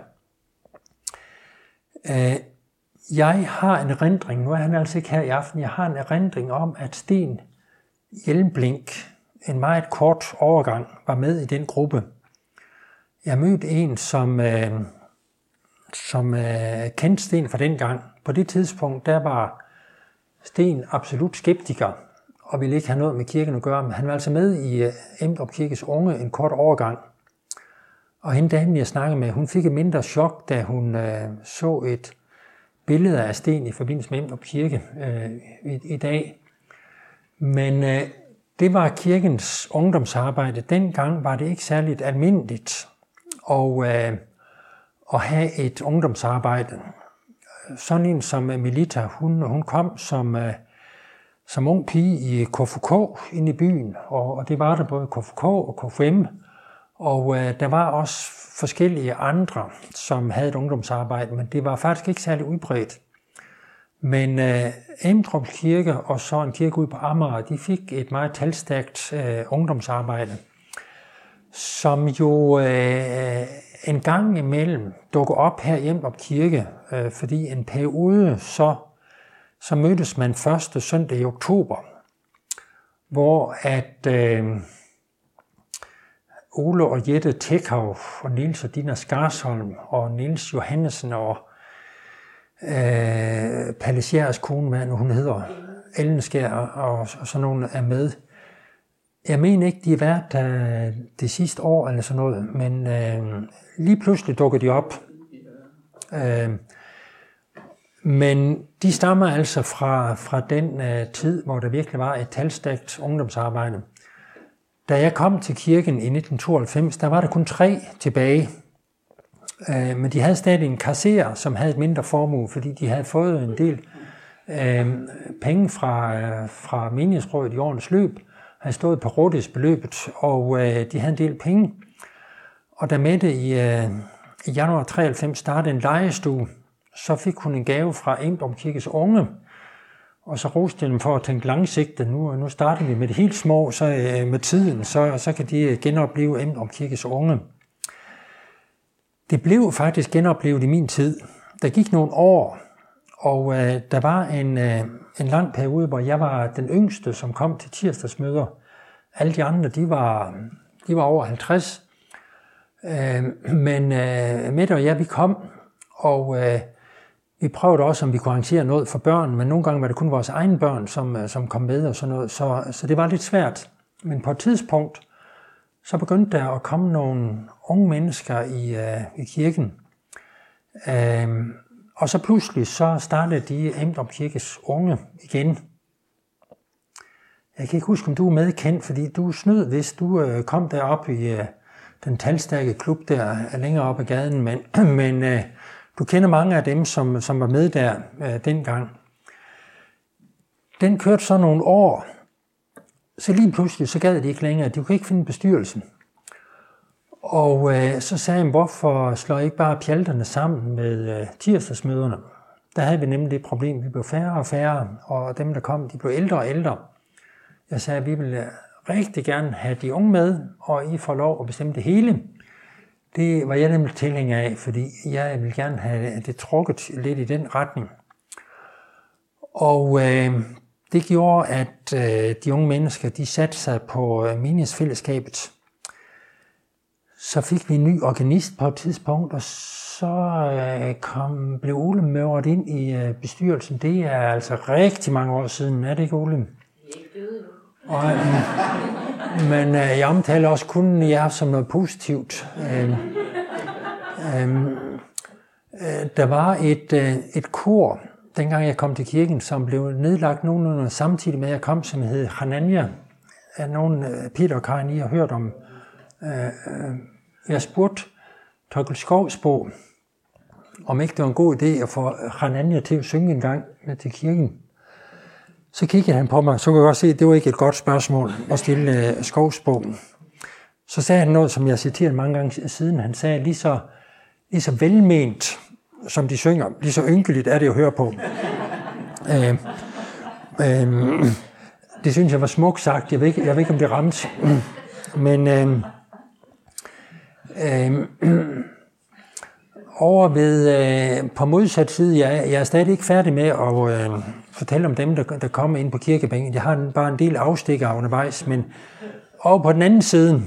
Speaker 1: Øh, jeg har en erindring, nu er han altså ikke her i aften, jeg har en erindring om, at Sten Hjelmblink, en meget kort overgang, var med i den gruppe. Jeg mødte en, som, øh, som øh, kendte Sten fra den gang. På det tidspunkt, der var Sten absolut skeptiker, og ville ikke have noget med kirken at gøre, men han var altså med i Emdrup Kirkes unge en kort overgang. Og hende damen, jeg snakkede med, hun fik et mindre chok, da hun øh, så et billede af sten i forbindelse med Emdrup Kirke øh, i, i dag. Men øh, det var kirkens ungdomsarbejde. Dengang var det ikke særligt almindeligt at, øh, at have et ungdomsarbejde. Sådan en som Melita, hun, hun kom som, øh, som ung pige i K F K inde i byen, og, og det var der både K F K og K F M. Og øh, der var også forskellige andre, som havde et ungdomsarbejde, men det var faktisk ikke særlig udbredt. Men øh, Emdrup Kirke og så en kirke ude på Amager, de fik et meget talstærkt øh, ungdomsarbejde, som jo øh, en gang imellem dukker op her i Emdrup Kirke, øh, fordi en periode, så, så mødtes man første søndag i oktober, hvor at øh, Ole og Jette Tekhav og Niels og Dina Skarsholm og Niels Johannesen og øh, Palle Schjærs kone, hvad hun hedder, Ellen Skjær og, og sådan nogle er med. Jeg mener ikke, de har været der det sidste år eller sådan noget, men øh, lige pludselig dukker de op. Øh, men de stammer altså fra, fra den øh, tid, hvor der virkelig var et talstærkt ungdomsarbejde. Da jeg kom til kirken i nitten tooghalvfems, der var der kun tre tilbage. Øh, men de havde stadig en kasserer, som havde et mindre formue, fordi de havde fået en del øh, penge fra, øh, fra menighedsrådet i årenes løb, havde stået på rådighedsbeløbet, og øh, de havde en del penge. Og da Mette i, øh, i januar treoghalvfems startede en legestue, så fik hun en gave fra Emdrup Kirkes unge, og så roste dem for at tænke langsigtet. Nu, nu starter vi med det helt små, så øh, med tiden, så, så kan de genopleve Emdrup Kirkes unge. Det blev faktisk genoplevet i min tid. Der gik nogle år, og øh, der var en, øh, en lang periode, hvor jeg var den yngste, som kom til tirsdagsmøder. Alle de andre, de var, de var over halvtreds. Øh, men øh, Mette og jeg, vi kom, og øh, vi prøvede også, om vi kunne arrangere noget for børn, men nogle gange var det kun vores egne børn, som, som kom med og sådan noget, så, så det var lidt svært. Men på et tidspunkt, så begyndte der at komme nogle unge mennesker i, øh, i kirken. Øh, og så pludselig, så startede de Emdrup Kirkes unge igen. Jeg kan ikke huske, om du er med, Ken, fordi du snød, hvis du øh, kom derop i øh, den talstærke klub der længere op ad gaden, men, men øh, du kender mange af dem, som, som var med der øh, dengang. Den kørte så nogle år, så lige pludselig, så gad de ikke længere. De kunne ikke finde bestyrelsen. Og øh, så sagde jeg, hvorfor slår I ikke bare pjalterne sammen med øh, tirsdagsmøderne? Der havde vi nemlig det problem, vi blev færre og færre, og dem, der kom, de blev ældre og ældre. Jeg sagde, at vi ville rigtig gerne have de unge med, og I får lov at bestemme det hele. Det var jeg nemlig tilhænger af, fordi jeg ville gerne have det trukket lidt i den retning. Og øh, det gjorde, at øh, de unge mennesker, de satte sig på øh, menighedsfællesskabet. Så fik vi en ny organist på et tidspunkt, og så øh, kom, blev Ole mørt ind i øh, bestyrelsen. Det er altså rigtig mange år siden, er det ikke, Ole? Og, øh, men øh, jeg omtaler også kun jer som noget positivt. Øh, øh, øh, der var et, øh, et kor, dengang jeg kom til kirken, som blev nedlagt nogenlunde samtidig med, at jeg kom, som hed Hanania. Er nogen, øh, Peter og Karin, I har hørt om? Øh, øh, jeg spurgte Torkel Skovsbo, om ikke det var en god idé at få Hanania til at synge en gang med til kirken. Så kiggede han på mig, så kunne jeg godt se, at det var ikke et godt spørgsmål at stille uh, Skovsbo. Så sagde han noget, som jeg citerede mange gange siden. Han sagde, lige så, lige så velment, som de synger, lige så ynkeligt er det at høre på. uh, uh, det synes jeg var smukt sagt. Jeg ved ikke, jeg ved ikke om det ramte. Men uh, uh, over ved, øh, på modsat side, jeg, jeg er stadig ikke færdig med at øh, fortælle om dem, der, der kommer ind på kirkebænken. Jeg har en, bare en del afstikker undervejs, men over på den anden side,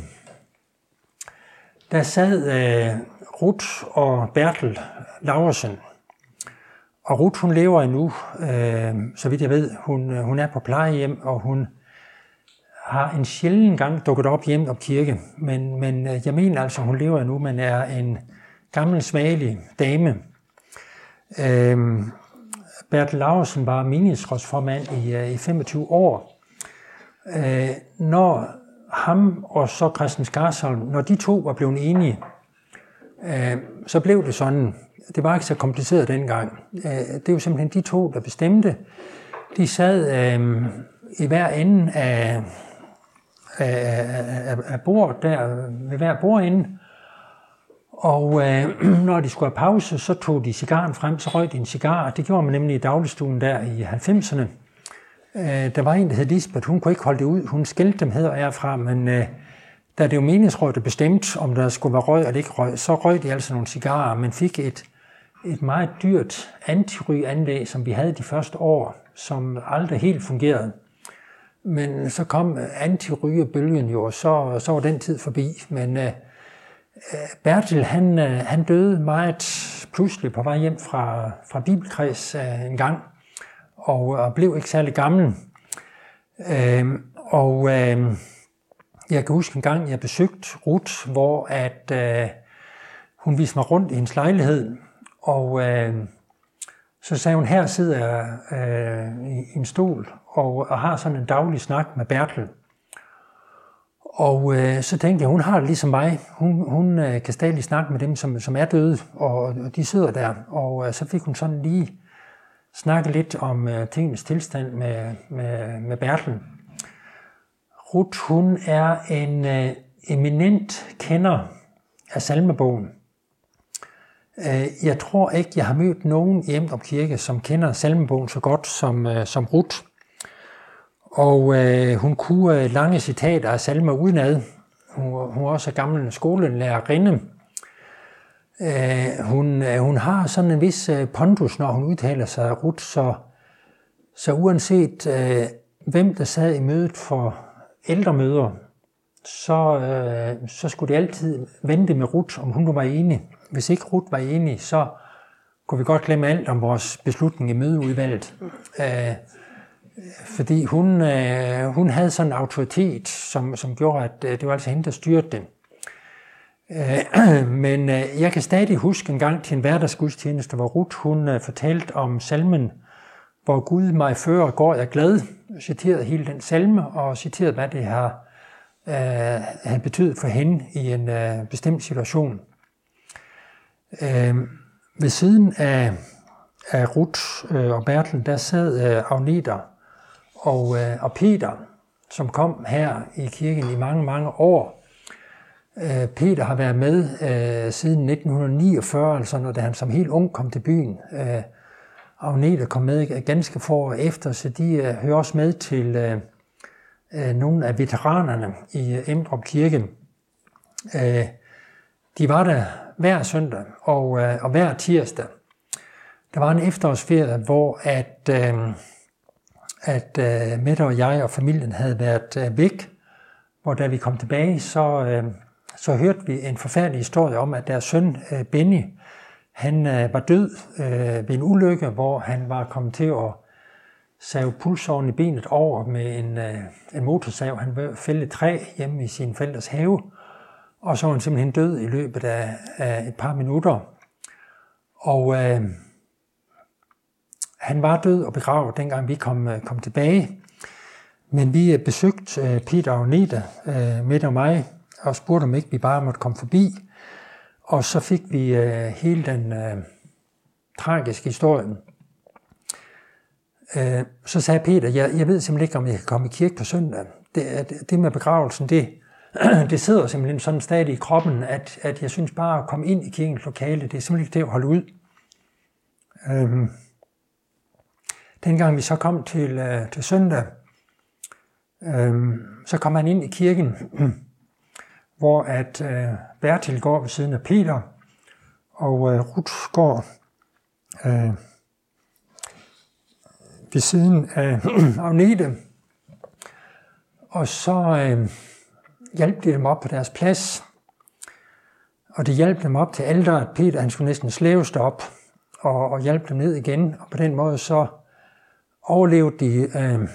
Speaker 1: der sad øh, Ruth og Bertel Laursen. Og Ruth, hun lever endnu, øh, så vidt jeg ved. Hun, hun er på plejehjem, og hun har en sjælden gang dukket op hjemme op kirke, men, men jeg mener altså, hun lever nu, men er en gammel, svagelig dame. Øhm, Bertel Laursen var menighedsrådsformand i, i femogtyve år. Øh, når ham og så Christen Skarsholm, når de to var blevet enige, øh, så blev det sådan. Det var ikke så kompliceret dengang. Øh, det var simpelthen de to, der bestemte. De sad øh, i hver ende af, af, af, af bordet, der ved hver bordende. Og øh, når de skulle have pause, så tog de cigaren frem, så røg de en cigar. Det gjorde man nemlig i dagligstuen der i halvfemserne. Øh, der var en, der hed Lisbeth. Hun kunne ikke holde det ud. Hun skældte dem hed og herfra, men øh, da det jo menighedsrådet, der bestemte, om der skulle være røg eller ikke røg, så røg de altså nogle cigarer. Man fik et, et meget dyrt antiryganlæg, som vi havde de første år, som aldrig helt fungerede. Men så kom antirygebølgen jo, og så, så var den tid forbi. Men øh, Bertel, han, han døde meget pludselig på vej hjem fra, fra bibelkreds øh, en gang, og, og blev ikke særlig gammel. Øh, og øh, jeg kan huske en gang, jeg besøgte Ruth, hvor at, øh, hun viste mig rundt i hendes lejlighed, og øh, så sagde hun, her sidder jeg øh, i en stol og, og har sådan en daglig snak med Bertel. Og øh, så tænkte jeg, hun har det ligesom mig. Hun, hun øh, kan stadig snakke med dem, som, som er døde, og, og de sidder der. Og øh, så fik hun sådan lige snakket lidt om øh, tingens tilstand med, med, med Bertel. Ruth, hun er en øh, eminent kender af salmebogen. Øh, jeg tror ikke, jeg har mødt nogen i Emdrup Kirke, som kender salmebogen så godt som, øh, som Ruth. Og øh, hun kunne øh, lange citater af salmer udenad. Hun, hun er også gammel skolelærerinde. Øh, hun, øh, hun har sådan en vis øh, pondus, når hun udtaler sig af Ruth, så, så uanset øh, hvem der sad i mødet for ældremøder, så, øh, så skulle de altid vente med Ruth, om hun var enig. Hvis ikke Ruth var enig, så kunne vi godt glemme alt om vores beslutning i mødeudvalget. Øh, Fordi hun, øh, hun havde sådan en autoritet, som, som gjorde, at øh, det var altså hende, der styrte det. Øh, men øh, jeg kan stadig huske en gang til en hverdagsgudstjeneste, hvor Ruth hun, øh, fortalte om salmen, hvor Gud mig fører går jeg glad. Citerede hele den salme og citerede, hvad det har, øh, har betydet for hende i en øh, bestemt situation. Øh, ved siden af, af Ruth øh, og Bertel, der sad øh, Agneta og, øh, og Peter, som kom her i kirken i mange, mange år. Øh, Peter har været med øh, siden nitten niogfyrre, altså når han som helt ung kom til byen. Øh, Agneta kom med ganske få år efter, så de øh, hører også med til øh, øh, nogle af veteranerne i øh, Emdrup Kirke. Øh, de var der hver søndag og, øh, og hver tirsdag. Der var en efterårsferie, hvor at, øh, at øh, Mette og jeg og familien havde været øh, væk, hvor da vi kom tilbage, så, øh, så hørte vi en forfærdelig historie om, at deres søn øh, Benny, han øh, var død øh, ved en ulykke, hvor han var kommet til at save pulsåren i benet over med en, øh, en motorsav. Han fældte et træ hjemme i sin forældres have, og så var han simpelthen død i løbet af, af et par minutter. Og øh, han var død og begravet, dengang vi kom, kom tilbage. Men vi besøgte Peter og Agneta, Mette og mig, og spurgte, om ikke vi bare måtte komme forbi. Og så fik vi hele den uh, tragiske historie. Uh, så sagde Peter, jeg, jeg ved simpelthen ikke, om jeg kan komme i kirke på søndag. Det, det med begravelsen, det, det sidder simpelthen sådan stadig i kroppen, at, at jeg synes bare at komme ind i kirkens lokale, det er simpelthen ikke det at holde ud. Uh, Dengang vi så kom til, øh, til søndag, øh, så kom han ind i kirken, hvor at øh, Bertil går ved siden af Peter, og øh, Ruth går øh, ved siden af Agneta. Og så øh, hjalp de dem op på deres plads, og det hjalp dem op til alteret. Peter han skulle næsten slæves derop, og, og hjalp dem ned igen, og på den måde så overlevede de øh,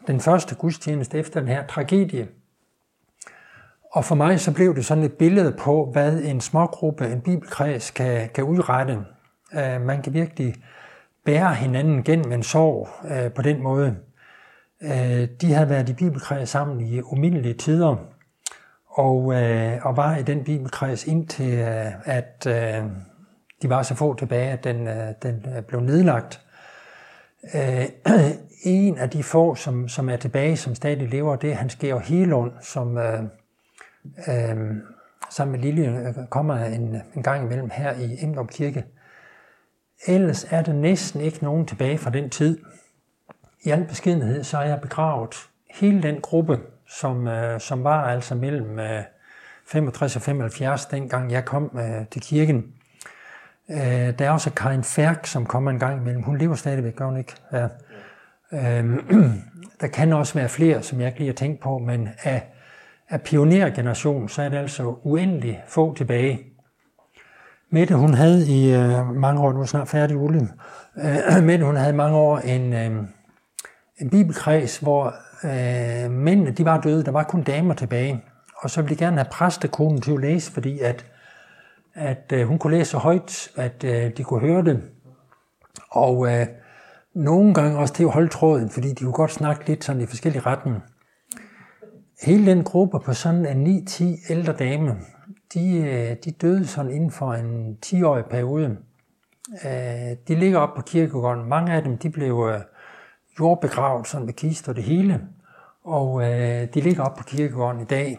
Speaker 1: den første gudstjeneste efter den her tragedie. Og for mig så blev det sådan et billede på, hvad en smågruppe, en bibelkreds kan, kan udrette. Uh, man kan virkelig bære hinanden gennem en sorg uh, på den måde. Uh, de havde været i bibelkreds sammen i umindelige tider, og, øh, og var i den bibelkreds indtil øh, at øh, de var så få tilbage, at den, øh, den blev nedlagt. Øh, en af de få, som, som er tilbage, som stadig lever, det er Hans Georg Helund, som øh, øh, sammen med Lille kommer en, en gang imellem her i Emdrup Kirke. Ellers er der næsten ikke nogen tilbage fra den tid. I al beskedenhed så er jeg begravet hele den gruppe, Som, øh, som var altså mellem øh, femogtres og femoghalvfjerds, dengang jeg kom øh, til kirken. Øh, der er også Karin Færk, som kommer en gang imellem. Hun lever stadigvæk, gør hun ikke? Ja. Øh, der kan også være flere, som jeg ikke lige har tænkt på, men af, af pionergenerationen, så er det altså uendelig få tilbage. Mette, hun havde i øh, mange år, nu er snart færdig, Ulle, øh, Mette, hun havde mange år en, øh, en bibelkreds, hvor Øh, mændene, de var døde, der var kun damer tilbage. Og så ville de gerne have præstekonen til at læse, fordi at, at øh, hun kunne læse så højt, at øh, de kunne høre det. Og øh, nogle gange også til at holde tråden, fordi de kunne godt snakke lidt sådan i forskellige retninger. Hele den gruppe på sådan en ni ti ældre dame, de, øh, de døde sådan inden for en ti-årig periode. Øh, de ligger op på kirkegården. Mange af dem, de blev øh, jordbegravet sådan med kister og det hele, og øh, de ligger oppe på kirkegården i dag.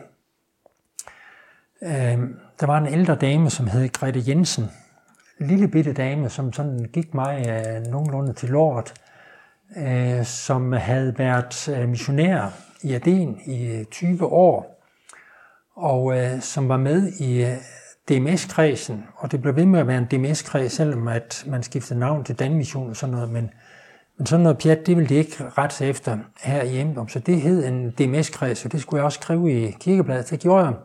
Speaker 1: Øh, der var en ældre dame, som hed Grete Jensen, en lille bitte dame, som sådan gik mig øh, nogenlunde til lort, øh, som havde været øh, missionær i Athen i tyve år, og øh, som var med i øh, D M S-kredsen, og det blev ved med at være en D M S-kreds, selvom at man skiftede navn til Danmission og sådan noget, men Men sådan noget pjat, det ville de ikke rette sig efter her i Emdrup. Så det hed en D M S-kreds, og det skulle jeg også skrive i Kirkebladet. Det gjorde jeg.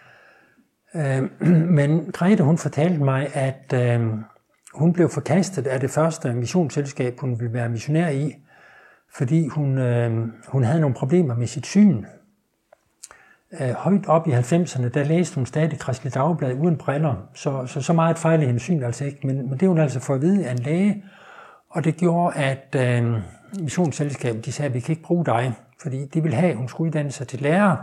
Speaker 1: Øh, men Grete, hun fortalte mig, at øh, hun blev forkastet af det første missionsselskab, hun ville være missionær i, fordi hun, øh, hun havde nogle problemer med sit syn. Øh, højt op i halvfemserne, der læste hun stadig Kristeligt Dagblad uden briller, så så, så meget fejl i hendes syn altså ikke. Men, men det hun altså fået at vide af en læge, og det gjorde, at øh, missionsselskabet, de sagde, at vi kan ikke bruge dig, fordi de ville have, at hun skulle uddanne sig til lærer.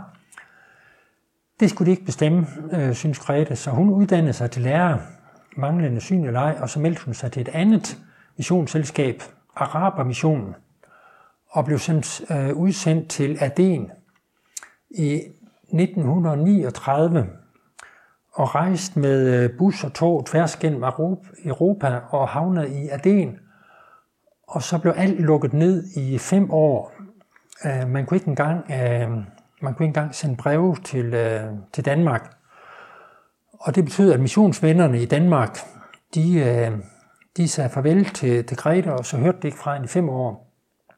Speaker 1: Det skulle de ikke bestemme, øh, synes Grete, så hun uddannede sig til lærer, manglende syn eller ej, og så meldte hun sig til et andet missionsselskab, Arabermissionen, og blev sendt, øh, udsendt til Athen i nitten niogtredive, og rejste med bus og tog tværs gennem Europa og havnede i Athen. Og så blev alt lukket ned i fem år. Uh, man kunne ikke engang, uh, man kunne ikke engang sende breve til, uh, til Danmark. Og det betød, at missionsvennerne i Danmark, de, uh, de sagde farvel til, til Grete, og så hørte det ikke fra hende i fem år.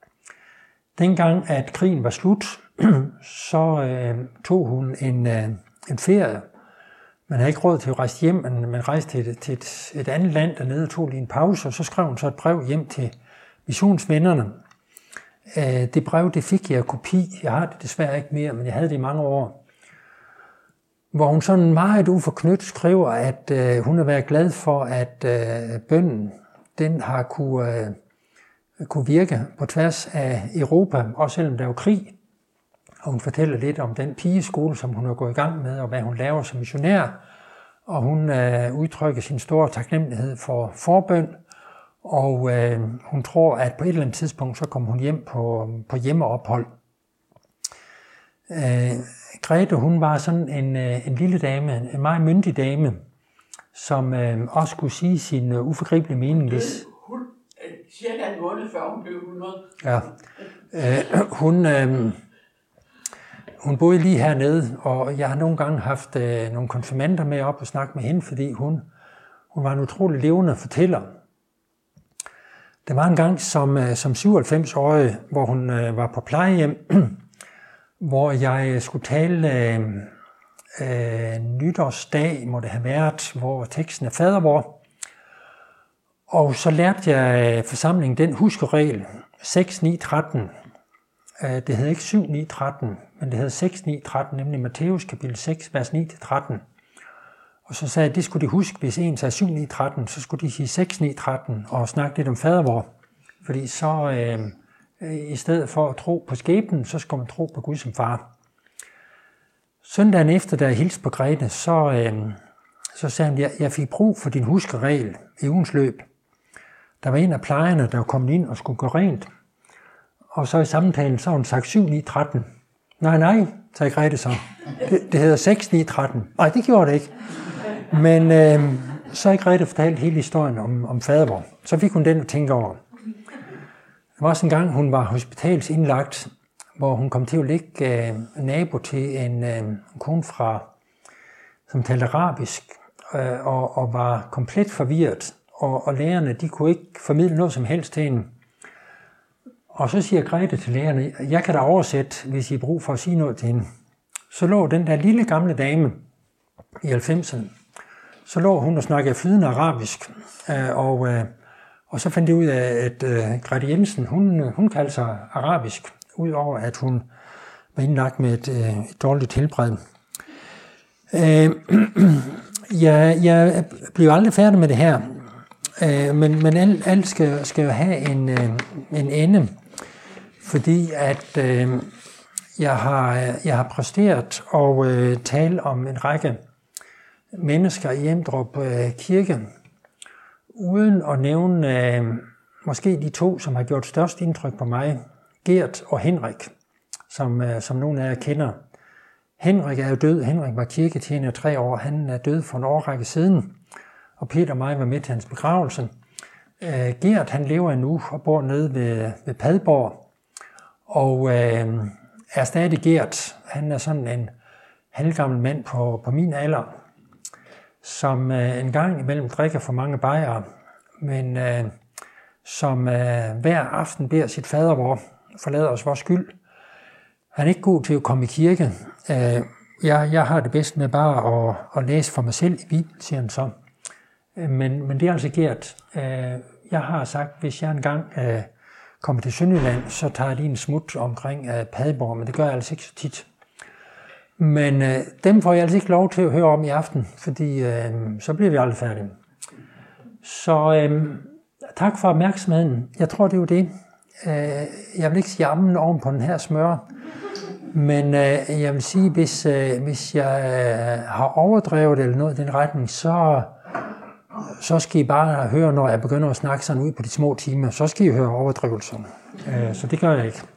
Speaker 1: Dengang, at krigen var slut, så uh, tog hun en, uh, en ferie. Man havde ikke råd til at rejse hjem, men man rejste til, et, til et, et andet land dernede og tog lige en pause, og så skrev hun så et brev hjem til missionsvennerne. Det brev, det fik jeg kopi. Jeg har det desværre ikke mere, men jeg havde det i mange år. Hvor hun sådan meget uforknyttet skriver, at øh, hun har været glad for, at øh, bønnen, den har kunne, øh, kunne virke på tværs af Europa, også selvom der var krig. Og hun fortæller lidt om den pigeskole, som hun har gået i gang med, og hvad hun laver som missionær. Og hun øh, udtrykker sin store taknemmelighed for forbøn. Og øh, hun tror, at på et eller andet tidspunkt, så kommer hun hjem på, på hjemmeophold. Øh, Grete, hun var sådan en, en lille dame, en meget myndig dame, som øh, også kunne sige sin uh, uforgribelige mening. Hvis
Speaker 2: hun, cirka en måned før hun blev hundrede.
Speaker 1: Ja. Øh, hun, øh, hun boede lige hernede, og jeg har nogle gange haft øh, nogle konfirmander med op og snakke med hende, fordi hun, hun var en utrolig levende fortæller. Der var en gang som, som syvoghalvfems-årig, hvor hun øh, var på plejehjem, hvor jeg skulle tale øh, øh, nytårsdag, må det have været, hvor teksten er fadervor. Og så lærte jeg forsamlingen den huskeregel seks ni tretten. Det hed ikke syv, ni, tretten, men det hed seks, ni, tretten, nemlig Matthæus kapitel seks, vers ni til tretten. Og så sagde jeg, at det skulle de huske, hvis en sagde syv, ni, tretten, så skulle de sige seks, ni, tretten og snakke lidt om fadervor. Fordi så øh, i stedet for at tro på skæbnen, så skulle man tro på Gud som far. Søndagen efter, da jeg hilste på Grete, så, øh, så sagde han, at jeg fik brug for din huskeregel i ugens løb. Der var en af plejerne, der var kommet ind og skulle gå rent. Og så i samtalen, så har hun sagt syv, ni, tretten. Nej, nej, sagde Grete så. Det, det hedder seks, ni, tretten. Nej, det gjorde det ikke. Men øh, så har Grete fortalt hele historien om, om fadervor. Så fik hun den at tænke over. Der var også en gang, hun var hospitalsindlagt, hvor hun kom til at ligge øh, nabo til en, øh, en kone fra, som talte arabisk, øh, og, og var komplet forvirret. Og, og lærerne, de kunne ikke formidle noget som helst til hende. Og så siger Grete til lærerne, jeg kan da oversætte, hvis I har brug for at sige noget til hende. Så lå den der lille gamle dame i halvfemserne, så lå hun og snakkede flydende arabisk. Og, og så fandt de ud af, at Grete Jensen, hun, hun kaldte sig arabisk, udover at hun var indlagt med et, et dårligt helbred. Jeg, jeg blev aldrig færdig med det her, men, men alt, alt skal, skal jo have en, en ende. Fordi at øh, jeg, har, jeg har præsteret og øh, tale om en række mennesker i Emdrup øh, Kirke, uden at nævne øh, måske de to, som har gjort størst indtryk på mig, Gert og Henrik, som, øh, som nogle af jer kender. Henrik er jo død. Henrik var kirketjener tre år. Han er død for en årrække siden, og Peter og mig var med til hans begravelse. Øh, Gert, han lever endnu og bor nede ved, ved Padborg, og øh, er stadig Gert. Han er sådan en halvgammel mand på, på min alder, som øh, en gang imellem drikker for mange bajere, men øh, som øh, hver aften beder sit fadervor, forlader os vores skyld. Han er ikke god til at komme i kirke. Øh, jeg, jeg har det bedst med bare at, at læse for mig selv i Bibelen, siger han så. Øh, men, men det er altså Gert. Øh, jeg har sagt, hvis jeg engang øh, kommer til Sønderjylland, så tager jeg lige en smut omkring øh, Padborg, men det gør jeg altså ikke så tit. Men øh, dem får jeg altså ikke lov til at høre om i aften, fordi øh, så bliver vi aldrig færdige. Så øh, tak for opmærksomheden. Jeg tror, det er jo det. Øh, jeg vil ikke sige ammen oven på den her smør, men øh, jeg vil sige, hvis, øh, hvis jeg øh, har overdrevet eller noget i den retning, så, så skal I bare høre, når jeg begynder at snakke sådan ud på de små timer, så skal I høre overdrivelserne. Øh, så det gør jeg ikke.